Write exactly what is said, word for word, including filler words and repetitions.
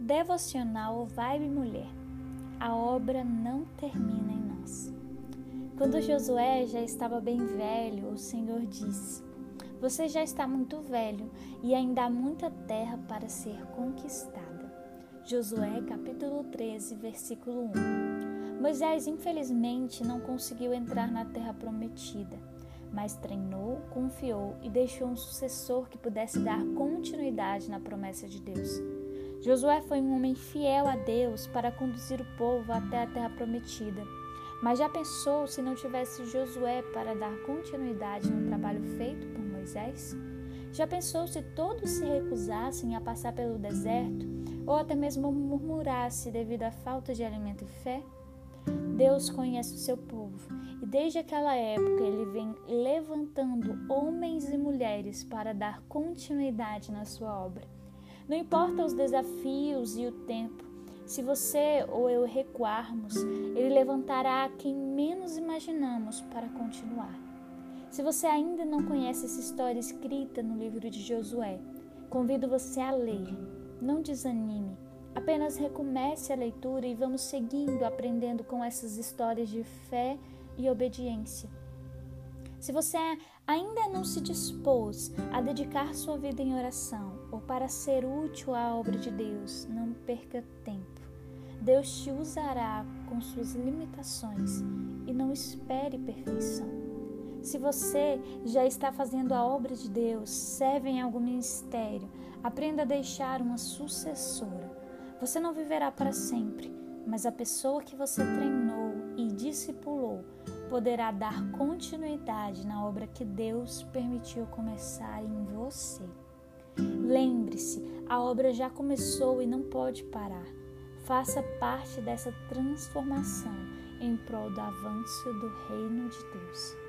devocional Vibe Mulher. A obra não termina em nós. Quando Josué já estava bem velho, o Senhor disse: você já está muito velho e ainda há muita terra para ser conquistada. Josué capítulo treze, versículo um. Moisés infelizmente não conseguiu entrar na terra prometida, mas treinou, confiou e deixou um sucessor que pudesse dar continuidade na promessa de Deus. Josué foi um homem fiel a Deus para conduzir o povo até a terra prometida. Mas já pensou se não tivesse Josué para dar continuidade no trabalho feito por Moisés? Já pensou se todos se recusassem a passar pelo deserto ou até mesmo murmurassem devido à falta de alimento e fé? Deus conhece o seu povo e desde aquela época ele vem levantando homens e mulheres para dar continuidade na sua obra. Não importa os desafios e o tempo, se você ou eu recuarmos, ele levantará quem menos imaginamos para continuar. Se você ainda não conhece essa história escrita no livro de Josué, convido você a ler. Não desanime, apenas recomece a leitura e vamos seguindo, aprendendo com essas histórias de fé e obediência. Se você ainda não se dispôs a dedicar sua vida em oração ou para ser útil à obra de Deus, não perca tempo. Deus te usará com suas limitações e não espere perfeição. Se você já está fazendo a obra de Deus, serve em algum ministério, aprenda a deixar uma sucessora. Você não viverá para sempre, mas a pessoa que você treinou e discipulou poderá dar continuidade na obra que Deus permitiu começar em você. Lembre-se, a obra já começou e não pode parar. Faça parte dessa transformação em prol do avanço do reino de Deus.